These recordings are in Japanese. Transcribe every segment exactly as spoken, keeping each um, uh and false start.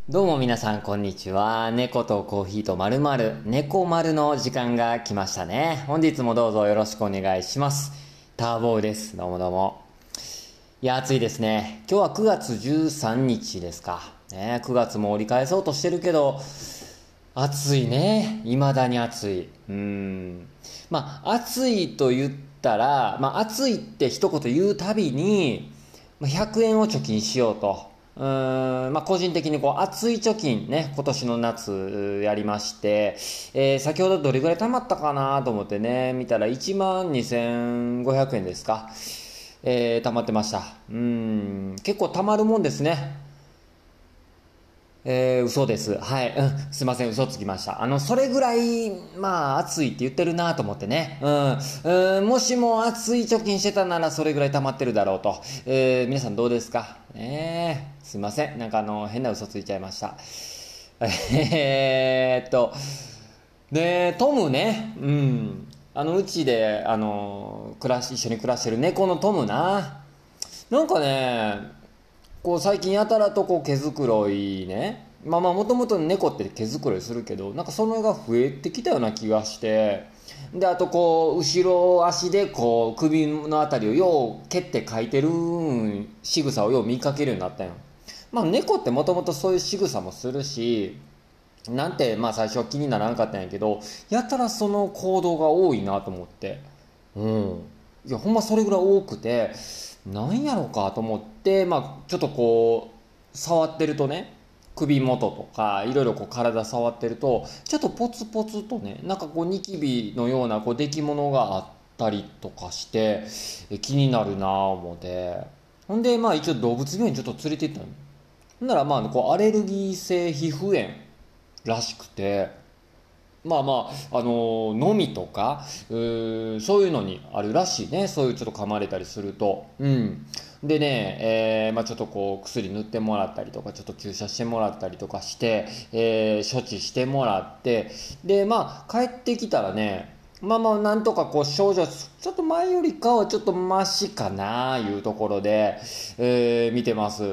どうも皆さんこんにちは。猫とコーヒーとまるまる、猫丸の時間が来ましたね。本日もどうぞよろしくお願いします。ターボーです。どうもどうも。いや、暑いですね。今日はくがつじゅうさんにちですか。ね、くがつも折り返そうとしてるけど、暑いね。未だに暑い。うーん。まあ、暑いと言ったら、まあ、暑いって一言言うたびに、ひゃくえんを貯金しようと。うーん、まあ、個人的にこう、熱い貯金ね、今年の夏やりまして、えー、先ほどどれぐらい貯まったかなと思ってね、見たらいちまんにせんごひゃくえんですか。えー、貯まってました。うーん、結構貯まるもんですね。えー、嘘です。はい。うん。すいません。嘘つきました。あの、それぐらい、まあ、暑いって言ってるなと思ってね。うん。うん、もしも暑い貯金してたなら、それぐらい溜まってるだろうと。えー、皆さんどうですかねえ。すいません。なんかあの、変な嘘ついちゃいました。えーっと、で、トムね。うん。あの、うちで、あの、暮らし、一緒に暮らしてる猫のトムな。なんかね、こう最近やたらとこう毛づくろいね、まあまあもともと猫って毛づくろいするけど、なんかそのが増えてきたような気がして、であとこう後ろ足でこう首のあたりをよう蹴ってかいてる仕草をよう見かけるようになったよ。まあ猫ってもともとそういう仕草もするし、なんてまあ最初は気にならんかったんやけど、やたらその行動が多いなと思って。うん。いやほんまそれぐらい多くて、なんやろうかと思って、まあちょっとこう触ってるとね、首元とかいろいろこう体触ってるとちょっとポツポツとね、なんかこうニキビのようなこう出来物があったりとかしてえ気になるなぁ思って、ほんでまあ一応動物病院ちょっと連れて行ったの。ほんならまあこうアレルギー性皮膚炎らしくて、まあまあ、あのー、のみとか、うーそういうのにあるらしいね。そういうちょっと噛まれたりすると。うん。でね、えーまあちょっとこう、薬塗ってもらったりとか、ちょっと注射してもらったりとかして、えー処置してもらって、で、まあ、帰ってきたらね、まあまあ、なんとかこう、症状、ちょっと前よりかはちょっとマシかな、いうところで、えー見てます。うん。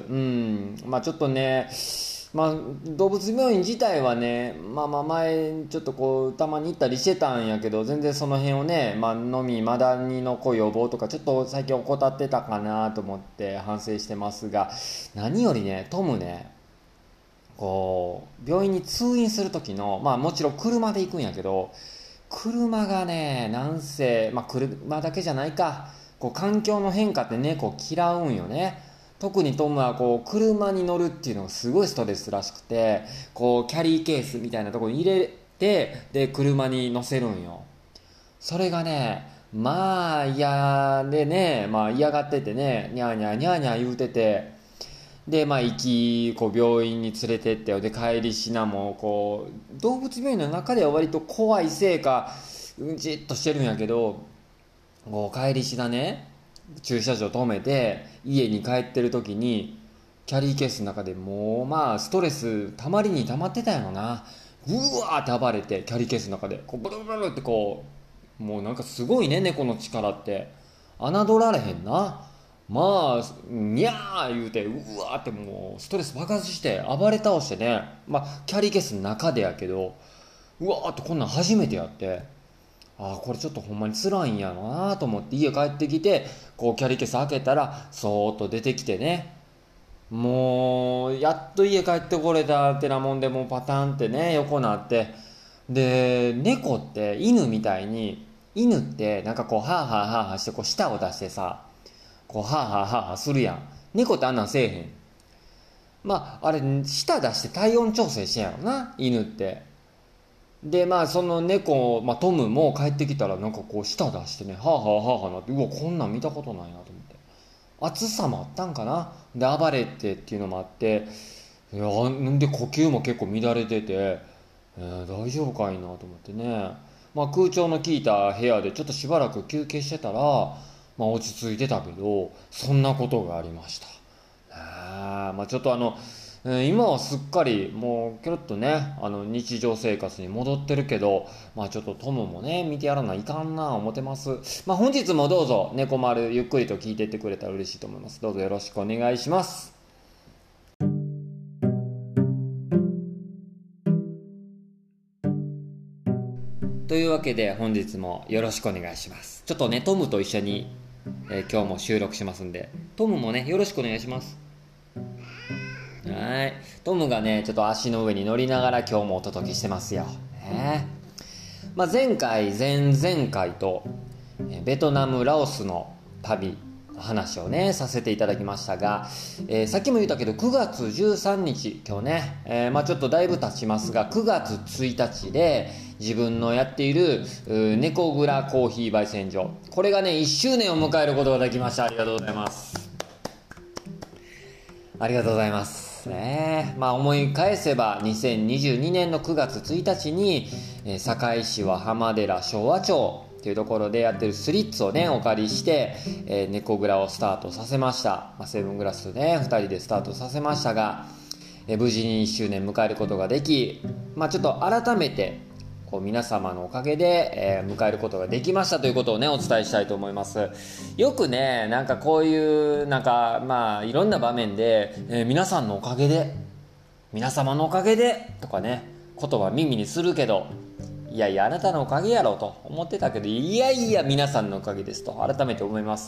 まあちょっとね、まあ、動物病院自体はね、まあまあ前、ちょっとこう、たまに行ったりしてたんやけど、全然その辺をね、まあ、のみ、マダニの子予防とか、ちょっと最近怠ってたかなと思って反省してますが、何よりね、トムね、こう、病院に通院する時の、まあもちろん車で行くんやけど、車がね、なんせ、まあ車だけじゃないか、こう環境の変化って猫嫌うんよね。特にトムはこう車に乗るっていうのがすごいストレスらしくて、こうキャリーケースみたいなところに入れて、で車に乗せるんよ。それがね、まあ嫌でね、まあ嫌がっててね、ニャーニャーニャーニャー言うてて、で、まあ、行き、こう、病院に連れてってよ。で、帰りしなも、こう、動物病院の中では割と怖いせいか、うんじっとしてるんやけど、こう、帰りしなね、駐車場止めて、家に帰ってる時に、キャリーケースの中でもう、まあ、ストレス、たまりにたまってたやろな。うわーって暴れて、キャリーケースの中で、こう、ブルブルブルってこう、もうなんかすごいね、猫の力って。侮られへんな。まあ、にゃー言うて、うわーってもう、ストレス爆発して、暴れ倒してね、まあ、キャリーケースの中でやけど、うわーってこんなん初めてやって、ああ、これちょっとほんまに辛いんやろなと思って家帰ってきて、こうキャリーケース開けたら、そーっと出てきてね、もう、やっと家帰ってこれたってなもんで、もうパターンってね、横なって、で、猫って犬みたいに、犬ってなんかこう、ハーハーハーハーして、こう舌を出してさ、こう、ハーハーハーハーするやん。猫ってあんなんせえへん。まあ、あれ、舌出して体温調整してんやろな、犬って。で、まあ、その猫、まあ、トムも帰ってきたら、なんかこう、舌出してね、はあはあはあはあなって、うわ、こんなん見たことないなと思って。暑さもあったんかな。で、暴れてっていうのもあって、いや、んで、呼吸も結構乱れてて、えー大丈夫かいなと思ってね。まあ、空調の効いた部屋でちょっとしばらく休憩してたら、まあ、落ち着いてたけど、そんなことがありました。あまあちょっとあの、えー今はすっかりもうキョロッとね、あの日常生活に戻ってるけど、まあちょっとトムもね、見てやらないかんな思ってます。まあ本日もどうぞ猫丸ゆっくりと聞いてってくれたら嬉しいと思います。どうぞよろしくお願いします。 というわけで本日もよろしくお願いします。ちょっとねトムと一緒に、えー、今日も収録しますんで、トムもねよろしくお願いします。はい、トムがねちょっと足の上に乗りながら今日もお届けしてますよ、ね。まあ、前回前々回とベトナムラオスの旅の話をねさせていただきましたが、えー、さっきも言ったけどくがつじゅうさんにち今日ね、えー、まあちょっとだいぶ経ちますがくがつついたちで自分のやっている猫蔵コーヒー焙煎所、これがねいっしゅうねんを迎えることができました。ありがとうございます。ありがとうございますね。まあ思い返せばにせんにじゅうにねんのくがつついたちに、えー、堺市は浜寺昭和町っていうところでやってるスリッツをねお借りして、えー、猫蔵をスタートさせました。まあ、セブングラスとねふたりでスタートさせましたが、えー、無事にいっしゅうねん迎えることができ、まあちょっと改めてこう皆様のおかげで、えー、迎えることができましたということをねお伝えしたいと思います。よくねなんかこういうなんかまあいろんな場面で、えー、皆さんのおかげで皆様のおかげでとかね言葉耳にするけど、いやいやあなたのおかげやろうと思ってたけど、いやいや皆さんのおかげですと改めて思います。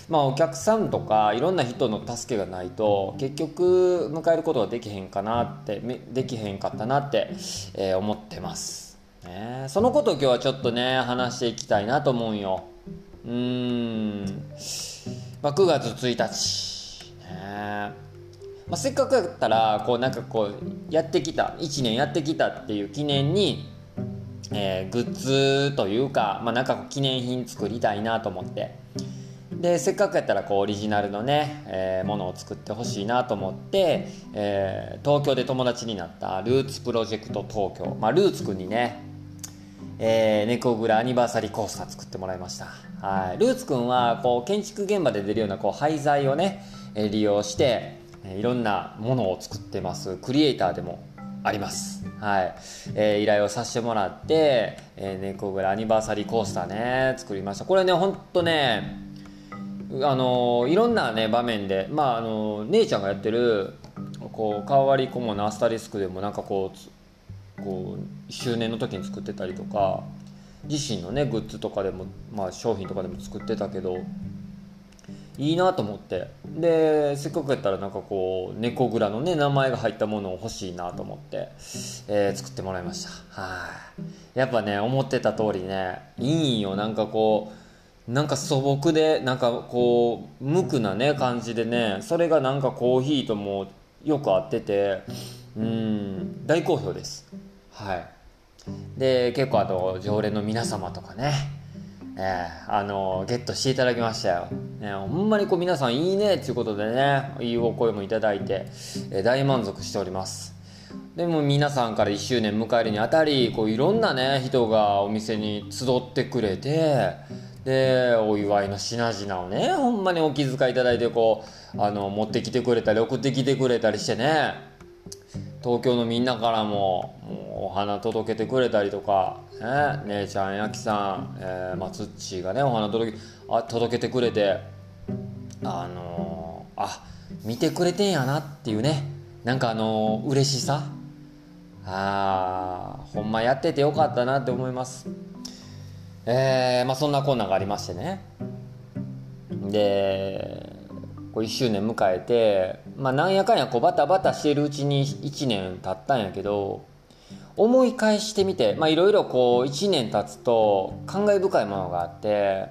まあお客さんとかいろんな人の助けがないと結局迎えることができへんかなってできへんかったなって、えー、思ってますね。そのことを今日はちょっとね話していきたいなと思うんよ。うーん、まあ、くがつついたち、ねまあ、せっかくやったらこうなんかこうやってきたいちねんやってきたっていう記念に、えー、グッズというか、まあ、なんか記念品作りたいなと思って、でせっかくやったらこうオリジナルのね、えー、ものを作ってほしいなと思って、えー、東京で友達になったルーツプロジェクト東京、まあ、ルーツくんにねえー、猫蔵アニバーサリーコースター作ってもらいました。はい、ルーツくんはこう建築現場で出るようなこう廃材をね、えー、利用して、えー、いろんなものを作ってますクリエイターでもあります。はい、えー、依頼をさせてもらって、えー、猫蔵アニバーサリーコースターね作りました。これねほんとねあのー、いろんなね場面で、まああのー、姉ちゃんがやってるこうかわりこものアスタリスクでもなんかこうこういっしゅうねんの時に作ってたりとか、自身のねグッズとかでも、まあ、商品とかでも作ってたけどいいなと思って、でせっかくやったらなんかこう猫蔵のね名前が入ったものを欲しいなと思って、えー、作ってもらいました。はいやっぱね思ってた通りねいいんよ。なんかこうなんか素朴でなんかこう無垢なね感じでね、それがなんかコーヒーともよく合ってて、うーん大好評です。はい、で結構あと常連の皆様とかね、えー、あのゲットしていただきましたよ、ね、ほんまにこう皆さんいいねっていうことでねいいお声もいただいて、えー、大満足しております。でも皆さんからいっしゅうねん迎えるにあたりこういろんなね人がお店に集ってくれて、でお祝いの品々をねほんまにお気遣いいただいてこうあの持ってきてくれたり送ってきてくれたりしてね、東京のみんなからも、もうお花届けてくれたりとか、ね、姉ちゃんやきさん、えー、まつっちーがねお花届けあ届けてくれて、あのー、あ見てくれてんやなっていうね、なんかあのー、嬉しさ、あほんまやっててよかったなって思います。えー、まあそんなこんながありましてね、でこういっしゅうねん迎えて、まあ、なんやかんやこうバタバタしてるうちにいちねん経ったんやけど、思い返してみていろいろこういちねん経つと感慨深いものがあって、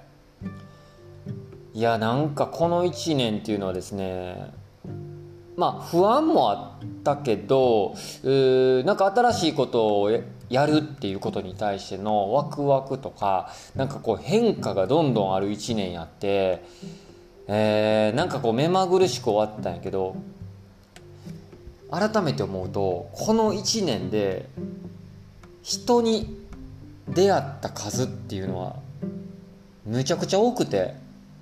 いやなんかこのいちねんっていうのはですね、まあ不安もあったけどうなんか新しいことをやるっていうことに対してのワクワクとかなんかこう変化がどんどんあるいちねんやって、えー、なんかこう目まぐるしく終わったんやけど、改めて思うとこのいちねんで人に出会った数っていうのはむちゃくちゃ多くて、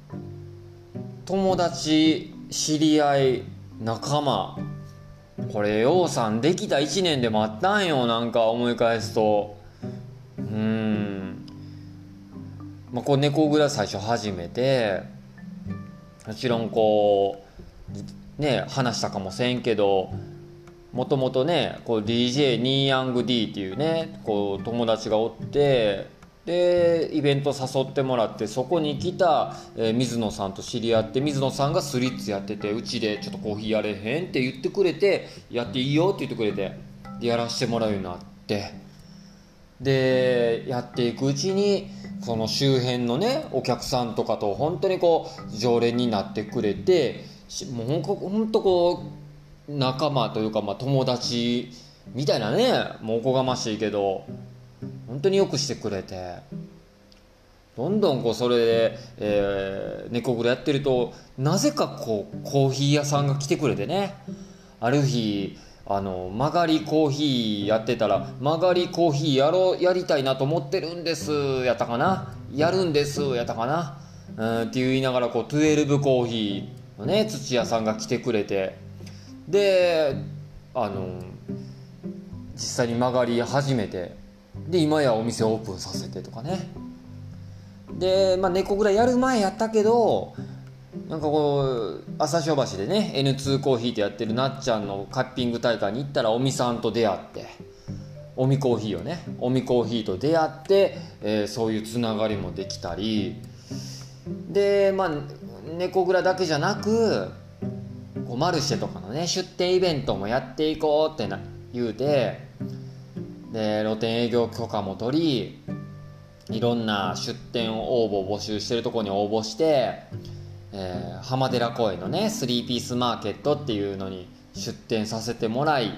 友達知り合い仲間、これようさんできたいちねんでもあったんよ。なんか思い返すとうーんまあこう猫蔵最初始めて、もちろんこうね話したかもせんけど、 もともとねこう ディージェー ニーヤング D っていうねこう友達がおって、でイベント誘ってもらって、そこに来た、えー、水野さんと知り合って、水野さんがスリッツやってて、うちでちょっとコーヒーやれへんって言ってくれて、やっていいよって言ってくれて、でやらせてもらうようになって、でやっていくうちにその周辺のねお客さんとかと本当にこう常連になってくれて、もうほんとこう仲間というか、まあ、友達みたいなね、もうおこがましいけど本当によくしてくれて、どんどんこうそれで、えー、猫黒やってるとなぜかこうコーヒー屋さんが来てくれてね、ある日あの曲がりコーヒーやってたら、曲がりコーヒーやろうやりたいなと思ってるんですやったかな、やるんですやったかな、うんって言いながらこうじゅうにコーヒーのね土屋さんが来てくれて、であの実際に曲がり始めて、で今やお店オープンさせてとかね。で、まあ、猫ぐらいやる前やったけど、なんかこう朝潮橋でね エヌツー コーヒーってやってるなっちゃんのカッピング大会に行ったら、おみさんと出会って、おみコーヒーをねおみコーヒーと出会って、えー、そういうつながりもできたりで、まあ猫蔵だけじゃなくこうマルシェとかのね出店イベントもやっていこうってな言うて、で露店営業許可も取り、いろんな出店応募を募集してるところに応募して、えー、浜寺公園のねスリーピースマーケットっていうのに出店させてもらい、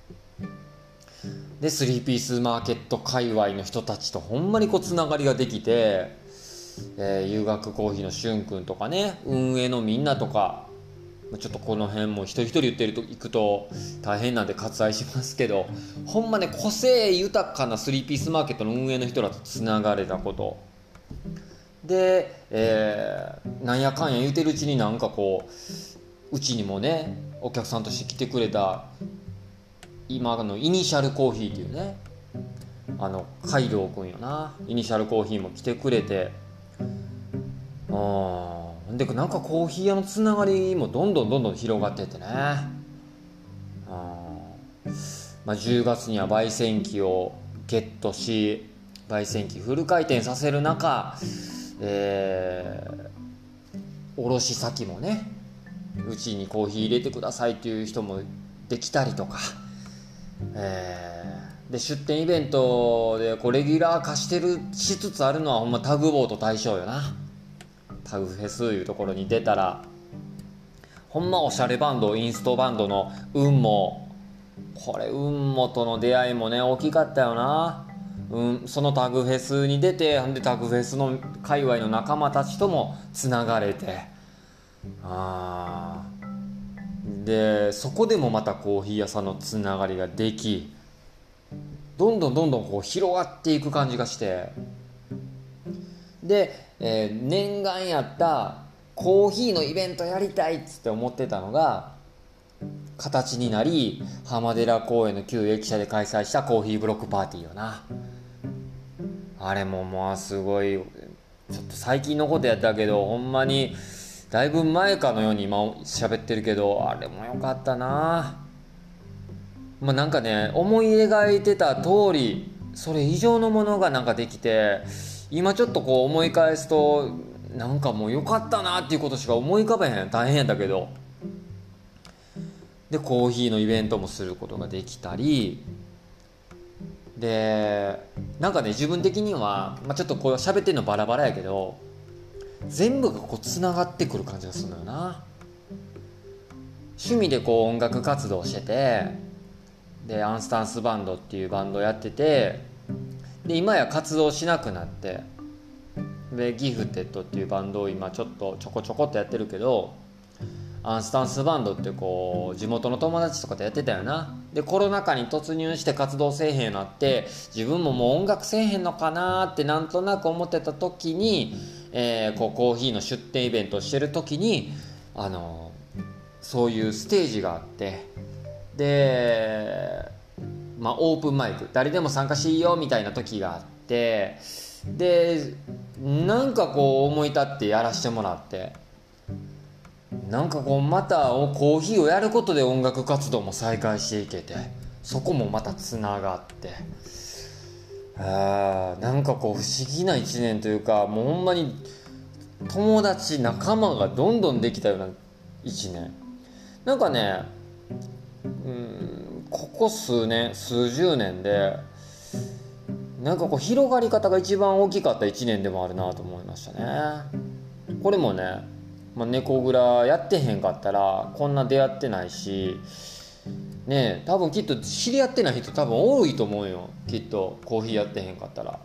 でスリーピースマーケット界隈の人たちとほんまにこうつながりができて、えー、遊学コーヒーのしゅんくんとかね、運営のみんなとか、ちょっとこの辺も一人一人言ってると行くと大変なんで割愛しますけど、ほんまね個性豊かなスリーピースマーケットの運営の人らとつながれたことで、えー、なんやかんや言うてるうちになんかこううちにもねお客さんとして来てくれた今のイニシャルコーヒーっていうね、あの海道くんよな、イニシャルコーヒーも来てくれて、あでなんかコーヒー屋のつながりもどんどんどんどん広がってってね、あ、まあ、じゅうがつには焙煎機をゲットし、焙煎機フル回転させる中、えー、卸先もねうちにコーヒー入れてくださいっていう人もできたりとか、えー、で出店イベントでこうレギュラー化してるしつつあるのはほんまタグボート大賞よな。タグフェスいうところに出たらほんまおしゃれバンドインストバンドの運も、これ運もとの出会いもね大きかったよな、うん、そのタグフェスに出て、でタグフェスの界隈の仲間たちともつながれて、あでそこでもまたコーヒー屋さんのつながりができ、どんどんどんどんこう広がっていく感じがして、で、えー、念願やったコーヒーのイベントやりたいっつって思ってたのが形になり、浜寺公園の旧駅舎で開催したコーヒーブロックパーティーよな。あれもまあすごいちょっと最近のことやったけど、ほんまにだいぶ前かのように今喋ってるけど、あれもよかったな。まあなんかね思い描いてた通りそれ以上のものがなんかできて、今ちょっとこう思い返すとなんかもう良かったなっていうことしか思い浮かべへん。大変やったけど、でコーヒーのイベントもすることができたりで、なんかね自分的には、まあ、ちょっとこう喋ってるのバラバラやけど全部がこうつながってくる感じがするのよな。趣味でこう音楽活動してて、でアンスタンスバンドっていうバンドやってて、で今や活動しなくなって、でギフテッドっていうバンドを今ちょっとちょこちょこっとやってるけど、アンスタンスバンドってこう地元の友達とかとやってたよな。でコロナ禍に突入して活動せえへんようになって、自分ももう音楽せえへんのかなってなんとなく思ってた時に、えー、こうコーヒーの出店イベントをしてる時にあのそういうステージがあって、でまあオープンマイク誰でも参加していいよみたいな時があって、でなんかこう思い立ってやらせてもらって、 なんかこうまたコーヒーをやることで音楽活動も再開していけて、そこもまたつながって、あーなんかこう不思議な一年というか、もうほんまに友達仲間がどんどんできたような一年。なんかね、うーんここ数年数十年でなんかこう広がり方が一番大きかった一年でもあるなと思いましたね。これもね、まあ、猫蔵やってへんかったらこんな出会ってないしねえ、多分きっと知り合ってない人多分多いと思うよ、きっとコーヒーやってへんかったら。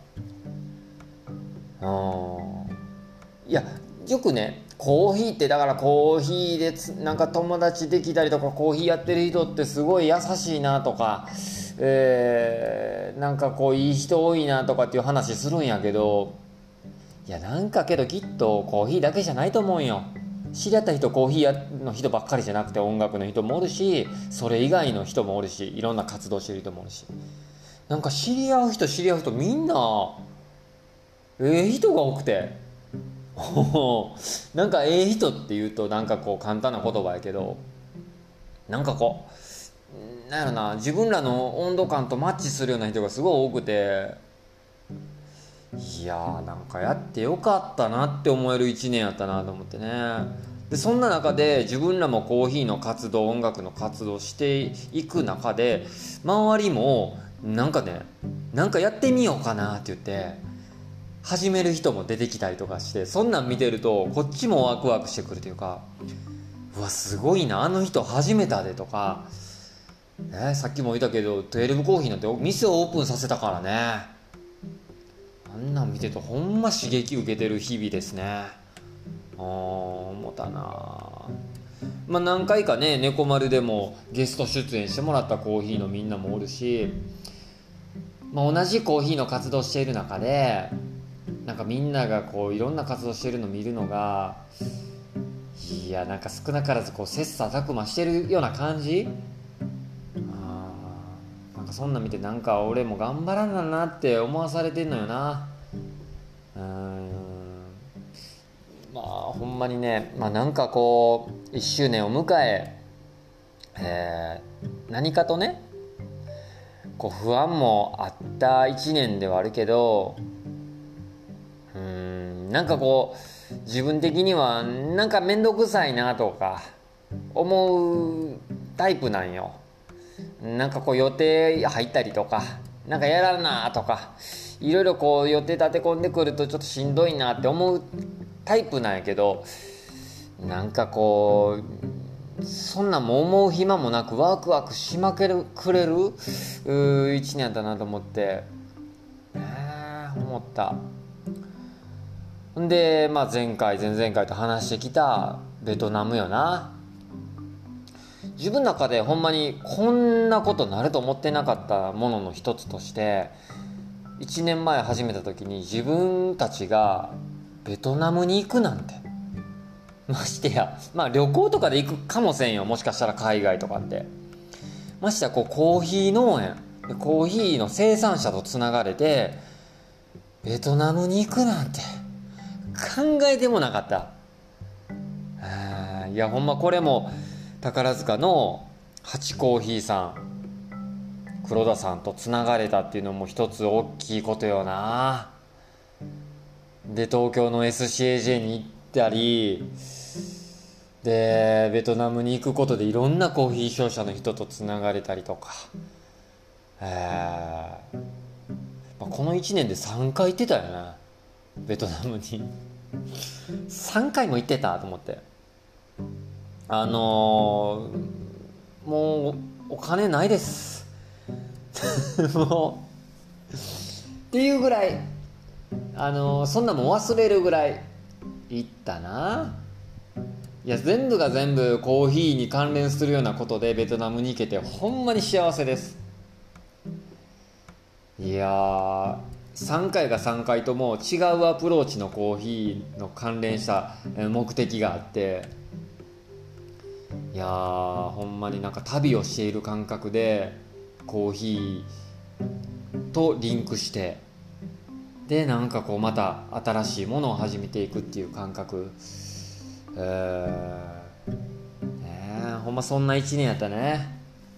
うんいやよくね、コーヒーってだからコーヒーでつなんか友達できたりとか、コーヒーやってる人ってすごい優しいなとか、えー、なんかこういい人多いなとかっていう話するんやけど、いやなんかけどきっとコーヒーだけじゃないと思うんよ。知り合った人コーヒーやの人ばっかりじゃなくて音楽の人もおるし、それ以外の人もおるし、いろんな活動してる人もおるし、なんか知り合う人知り合う人みんなええ人が多くてなんかええ人っていうとなんかこう簡単な言葉やけど、なんかこうなんやろな、自分らの温度感とマッチするような人がすごい多くて、いやーなんかやってよかったなって思える一年やったなと思ってね。でそんな中で自分らもコーヒーの活動、音楽の活動していく中で、周りもなんかね、なんかやってみようかなって言って始める人も出てきたりとかして、そんなん見てるとこっちもワクワクしてくるというか、うわすごいなあの人始めたでとか、ね、さっきも言ったけどじゅうにコーヒーなんて店をオープンさせたからね。あんなん見てるとほんま刺激受けてる日々ですね。あー思ったな。まあ何回かね、猫丸でもゲスト出演してもらったコーヒーのみんなもおるし、まあ、同じコーヒーの活動している中でなんかみんながこういろんな活動してるのを見るのが、いやなんか少なからずこう切磋琢磨してるような感じ。あなんかそんな見てなんか俺も頑張らななって思わされてんのよな。うーんまあほんまにね、まあ、なんかこういっしゅうねんを迎ええー、何かとねこう不安もあったいちねんではあるけど、うーんなんかこう自分的にはなんか面倒くさいなとか思うタイプなんよ。なんかこう予定入ったりとかなんかやらなとかいろいろこう予定立て込んでくるとちょっとしんどいなって思うタイプなんやけど、なんかこうそんなんも思う暇もなくワクワクしまけるくれる一年だなと思って、えー、思った。んで、まあ、前回前々回と話してきたベトナムよな。自分の中でほんまにこんなことなると思ってなかったものの一つとして、いちねんまえ始めた時に自分たちがベトナムに行くなんて、ましてやまあ旅行とかで行くかもせんよ、もしかしたら海外とかって。ましてやこうコーヒー農園コーヒーの生産者とつながれてベトナムに行くなんて考えてもなかった。あいやほんまこれも宝塚のハチコーヒーさん黒田さんとつながれたっていうのも一つ大きいことよな。で東京の エスシーエージェー に行ったりでベトナムに行くことでいろんなコーヒー商社の人とつながれたりとか、えーまあ、このいちねんでさんかい行ってたよなベトナムにさんかいも行ってたと思って、あのー、もうお金ないですもうっていうぐらい、あのー、そんなもん忘れるぐらい行ったな。いや全部が全部コーヒーに関連するようなことでベトナムに行けてほんまに幸せです。いやーさんかいがさんかいとも違うアプローチのコーヒーの関連した目的があって、いやーほんまになんか旅をしている感覚でコーヒーとリンクして、でなんかこうまた新しいものを始めていくっていう感覚、えほんまそんないちねんやったね。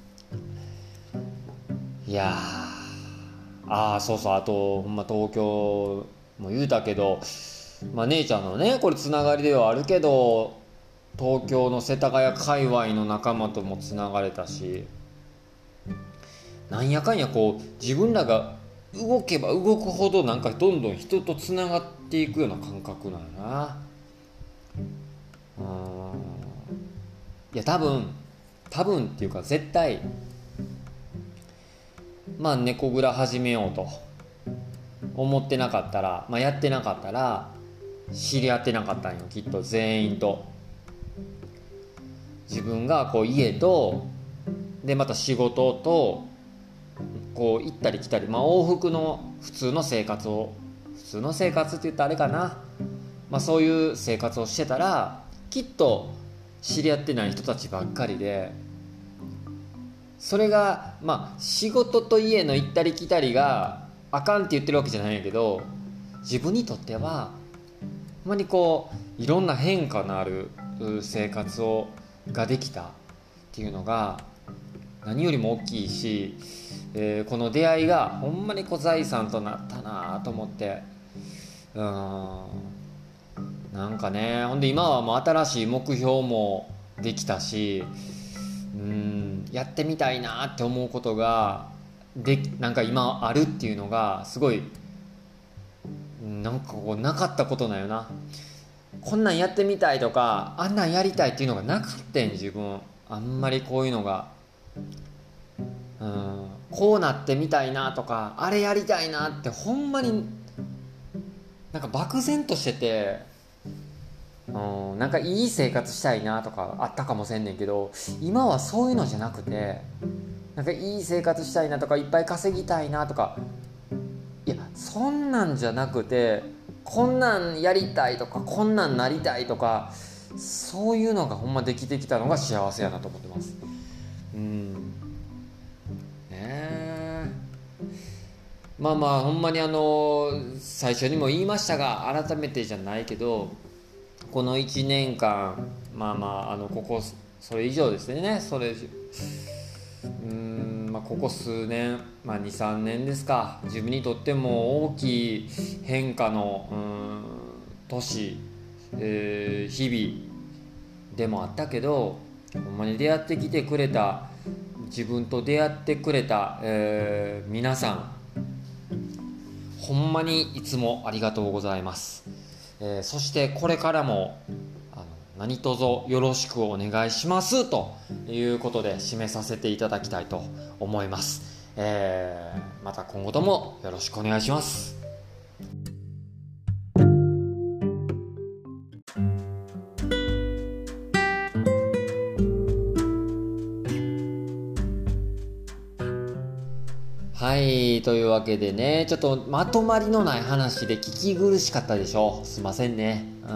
いやー、ああそうそう、あとほんま東京も言うたけど、まあ姉ちゃんのねこれつながりではあるけど、東京の世田谷界隈の仲間ともつながれたし、なんやかんやこう自分らが動けば動くほどなんかどんどん人とつながっていくような感覚なんやな。うーん、いや多分多分っていうか絶対、まあ猫蔵始めようと思ってなかったら、まあ、やってなかったら知り合ってなかったんよ、きっと全員と。自分がこう家とでまた仕事とこう行ったり来たり、まあ、往復の普通の生活を普通の生活って言ったらあれかな、まあ、そういう生活をしてたらきっと知り合ってない人たちばっかりで、それがまあ仕事と家の行ったり来たりがあかんって言ってるわけじゃないんやけど、自分にとってはほんまにこういろんな変化のある生活をができたっていうのが何よりも大きいし、えー、この出会いがほんまにこう財産となったなと思って、うーん、なんかね、ほんで今はもう新しい目標もできたし、うーん、やってみたいなって思うことがでなんか今あるっていうのがすごいなんかこうなかったことなんよな。こんなんやってみたいとかあんなんやりたいっていうのがなかったん自分。あんまりこういうのが、うん、こうなってみたいなとかあれやりたいなってほんまになんか漠然としてて、うん、なんかいい生活したいなとかあったかもしれんねんけど、今はそういうのじゃなくて、なんかいい生活したいなとかいっぱい稼ぎたいなとか、いやそんなんじゃなくて、こんなんやりたいとかこんなんなりたいとか、そういうのがほんまできてきたのが幸せやなと思ってます。うんねえ、まあまあほんまにあの最初にも言いましたが改めてじゃないけど、このいちねんかん、まあまああのここそれ以上ですね、それうーん、まあ、ここ数年、まあ、にさんねんですか、自分にとっても大きい変化のうーん年、えー日々でもあったけど、ほんまに出会ってきてくれた自分と出会ってくれた、えー皆さん、ほんまにいつもありがとうございます。えーそしてこれからもあの何卒よろしくお願いしますということで締めさせていただきたいと思います。えーまた今後ともよろしくお願いします。はい、というわけでね、ちょっとまとまりのない話で聞き苦しかったでしょう。すいませんね。うん、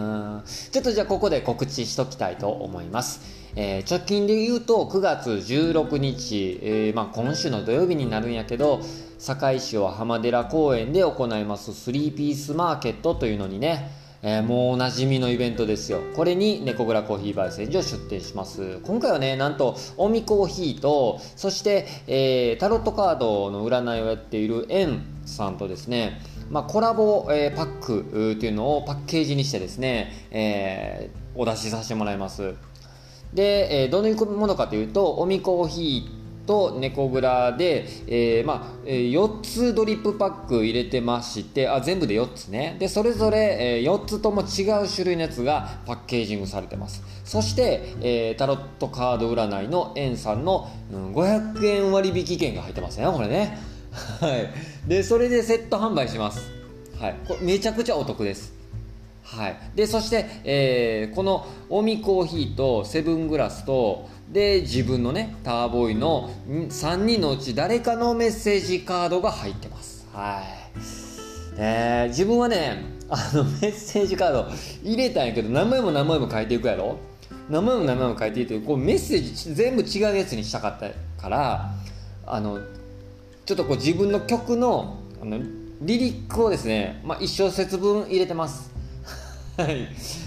ちょっとじゃあここで告知しときたいと思います。えー直近で言うとくがつじゅうろくにち、えーまあ、今週の土曜日になるんやけど、堺市は浜寺公園で行いますスリーピースマーケットというのにね、えーもうおなじみのイベントですよ。これに猫蔵コーヒー焙煎所出店します。今回はね、なんとオミコーヒーと、そして、えータロットカードの占いをやっているエンさんとですね、まあ、コラボ、えーパックうーっていうのをパッケージにしてですね、えーお出しさせてもらいます。で、えーどういうものかというと、オミコーヒーと猫蔵で、えーまあえーよっつドリップパック入れてまして、あ全部でよっつね。でそれぞれ、えーよっつとも違う種類のやつがパッケージングされてます。そして、えータロットカード占いのエンさんの、うん、ごひゃくえん割引券が入ってますね、これね。はい。でそれでセット販売します。はい。これめちゃくちゃお得です。はい、でそして、えーこのオミコーヒーとセブングラスとで自分のねターボーイのさんにんのうち誰かのメッセージカードが入ってます。はい、えー自分はねあのメッセージカード入れたんやけど何枚も何枚も書いていくやろ。何枚も何枚も書いていってこうメッセージ全部違うやつにしたかったからあのちょっとこう自分の曲のあのリリックをですね、まあ、一小節分入れてます。はい、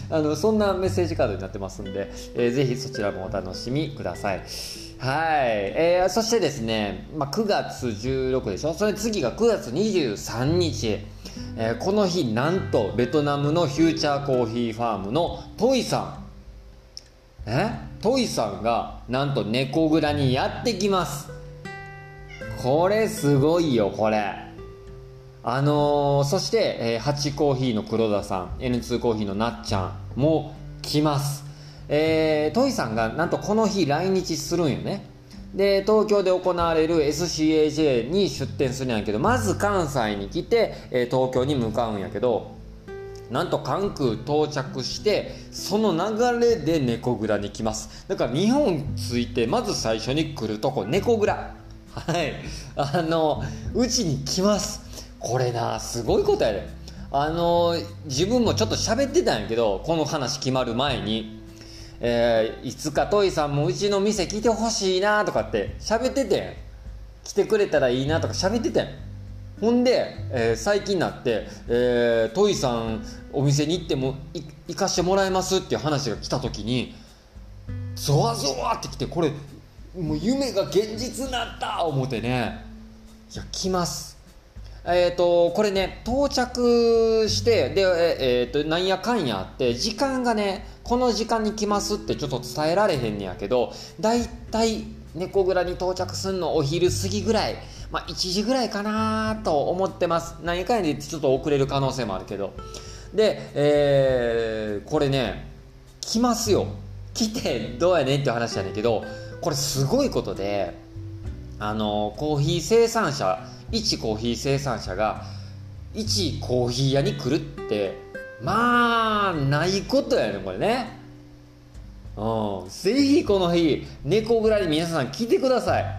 あのそんなメッセージカードになってますんで、えー、ぜひそちらもお楽しみください。はい、えー、そしてですね、まあ、くがつじゅうろくでしょ。それ次がくがつにじゅうさんにち、えー、この日なんとベトナムのフューチャーコーヒーファームのトイさんえトイさんがなんと猫蔵にやってきます。これすごいよこれ。あのー、そして、えー、ハチコーヒーの黒田さん、 エヌツー コーヒーのなっちゃんも来ます。えー、トイさんがなんとこの日来日するんよね。で東京で行われる エスシーエージェー に出店するんやけど、まず関西に来て、えー、東京に向かうんやけど、なんと関空到着してその流れで猫蔵に来ます。だから日本着いてまず最初に来るとこ猫蔵、はいあのうちに来ます。これなすごいことやで。あの自分もちょっと喋ってたんやけど、この話決まる前に、えー、いつかトイさんもうちの店来てほしいなとかって喋っててん。来てくれたらいいなとか喋っててん。ほんで、えー、最近になって、えー、トイさんお店に行っても行かしてもらえますっていう話が来た時にゾワゾワってきて、これもう夢が現実になった思ってね。いや来ます。えーとこれね到着してで、えー、となんやかんやあって時間がねこの時間に来ますってちょっと伝えられへんねやけど、だいたい猫蔵に到着するのお昼過ぎぐらい、まあいちじぐらいかなと思ってます。なんやかんやでちょっと遅れる可能性もあるけど、で、えー、これね来ますよ。来てどうやねんっていう話やねんけど、これすごいことで、あのコーヒー生産者一コーヒー生産者が一コーヒー屋に来るってまあないことやねこれね。うん、ぜひこの日猫蔵に皆さん来てください。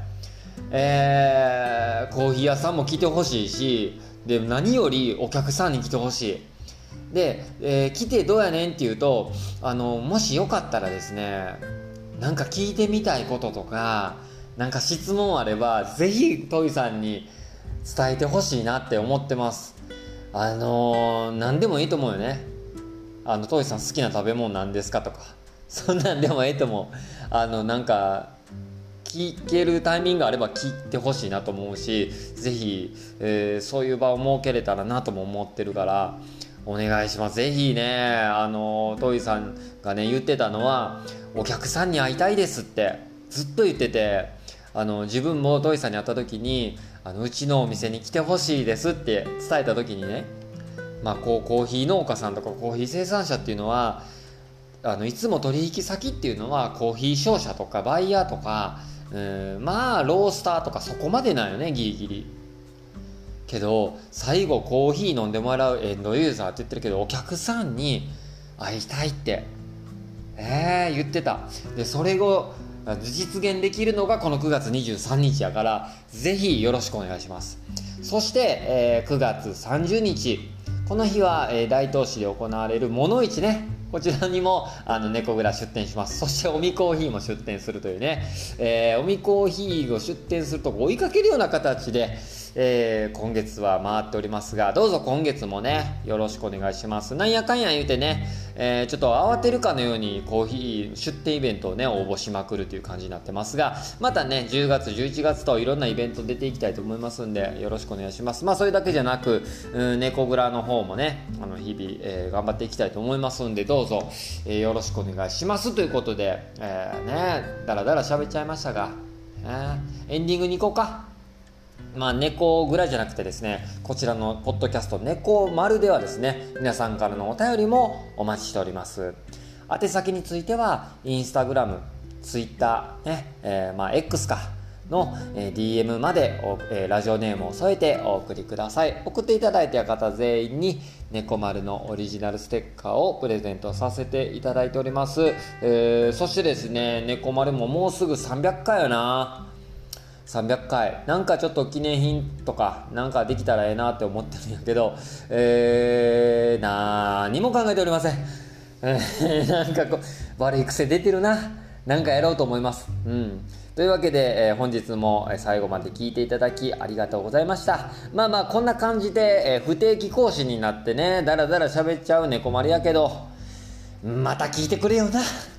えー、コーヒー屋さんも来てほしいし、で何よりお客さんに来てほしい。で、えー、来てどうやねんっていうと、あのもしよかったらですね、なんか聞いてみたいこととかなんか質問あればぜひトイさんに伝えてほしいなって思ってます。あのー、何でもいいと思うよね。あのトイさん好きな食べ物何ですかとかそんなんでもいいと思う。あのなんか聞けるタイミングがあれば聞いてほしいなと思うし、ぜひ、えー、そういう場を設けれたらなとも思ってるからお願いします。ぜひね、あのトイさんがね言ってたのはお客さんに会いたいですってずっと言ってて、あの自分もトイさんに会った時にあのうちのお店に来てほしいですって伝えた時にね、まあ、こうコーヒー農家さんとかコーヒー生産者っていうのはあのいつも取引先っていうのはコーヒー商社とかバイヤーとか、うん、まあロースターとかそこまでなんよねギリギリ。けど最後コーヒー飲んでもらうエンドユーザーって言ってるけどお客さんに会いたいってえー、言ってた。でそれを実現できるのがこのくがつにじゅうさんにちやから、ぜひよろしくお願いします。そして、えー、くがつさんじゅうにち、この日は、えー、大東市で行われるモノイチね、こちらにもあの猫蔵出店します。そしておみコーヒーも出店するというね、えー、おみコーヒーを出店するとこ追いかけるような形で、えー、今月は回っておりますが、どうぞ今月もねよろしくお願いします。なんやかんや言うてね、えー、ちょっと慌てるかのようにコーヒー出店イベントをね応募しまくるという感じになってますが、またねじゅうがつじゅういちがつといろんなイベント出ていきたいと思いますんでよろしくお願いします。まあそれだけじゃなく、うん、猫蔵の方もねあの日々、えー、頑張っていきたいと思いますんで、どうぞ、えー、よろしくお願いしますということで、えー、ねだらだら喋っちゃいましたが、えー、エンディングに行こうか。まあ、猫蔵じゃなくてですね、こちらのポッドキャスト猫丸ではですね、皆さんからのお便りもお待ちしております。宛先についてはインスタグラム、ツイッターね、えー、まあ X かの、えー、ディーエム まで、えー、ラジオネームを添えてお送りください。送っていただいた方全員に猫丸のオリジナルステッカーをプレゼントさせていただいております。えー、そしてですね、猫丸ももうすぐさんびゃっかいよな。さんびゃっかいなんかちょっと記念品とかなんかできたらええなって思ってるんやけど、えー、なーにも考えておりません。えー、なんかこう悪い癖出てるな。なんかやろうと思います。うん。というわけで、えー、本日も最後まで聞いていただきありがとうございました。まあまあこんな感じで、えー、不定期更新になってねだらだら喋っちゃう猫丸やけど、 また聞いてくれよな。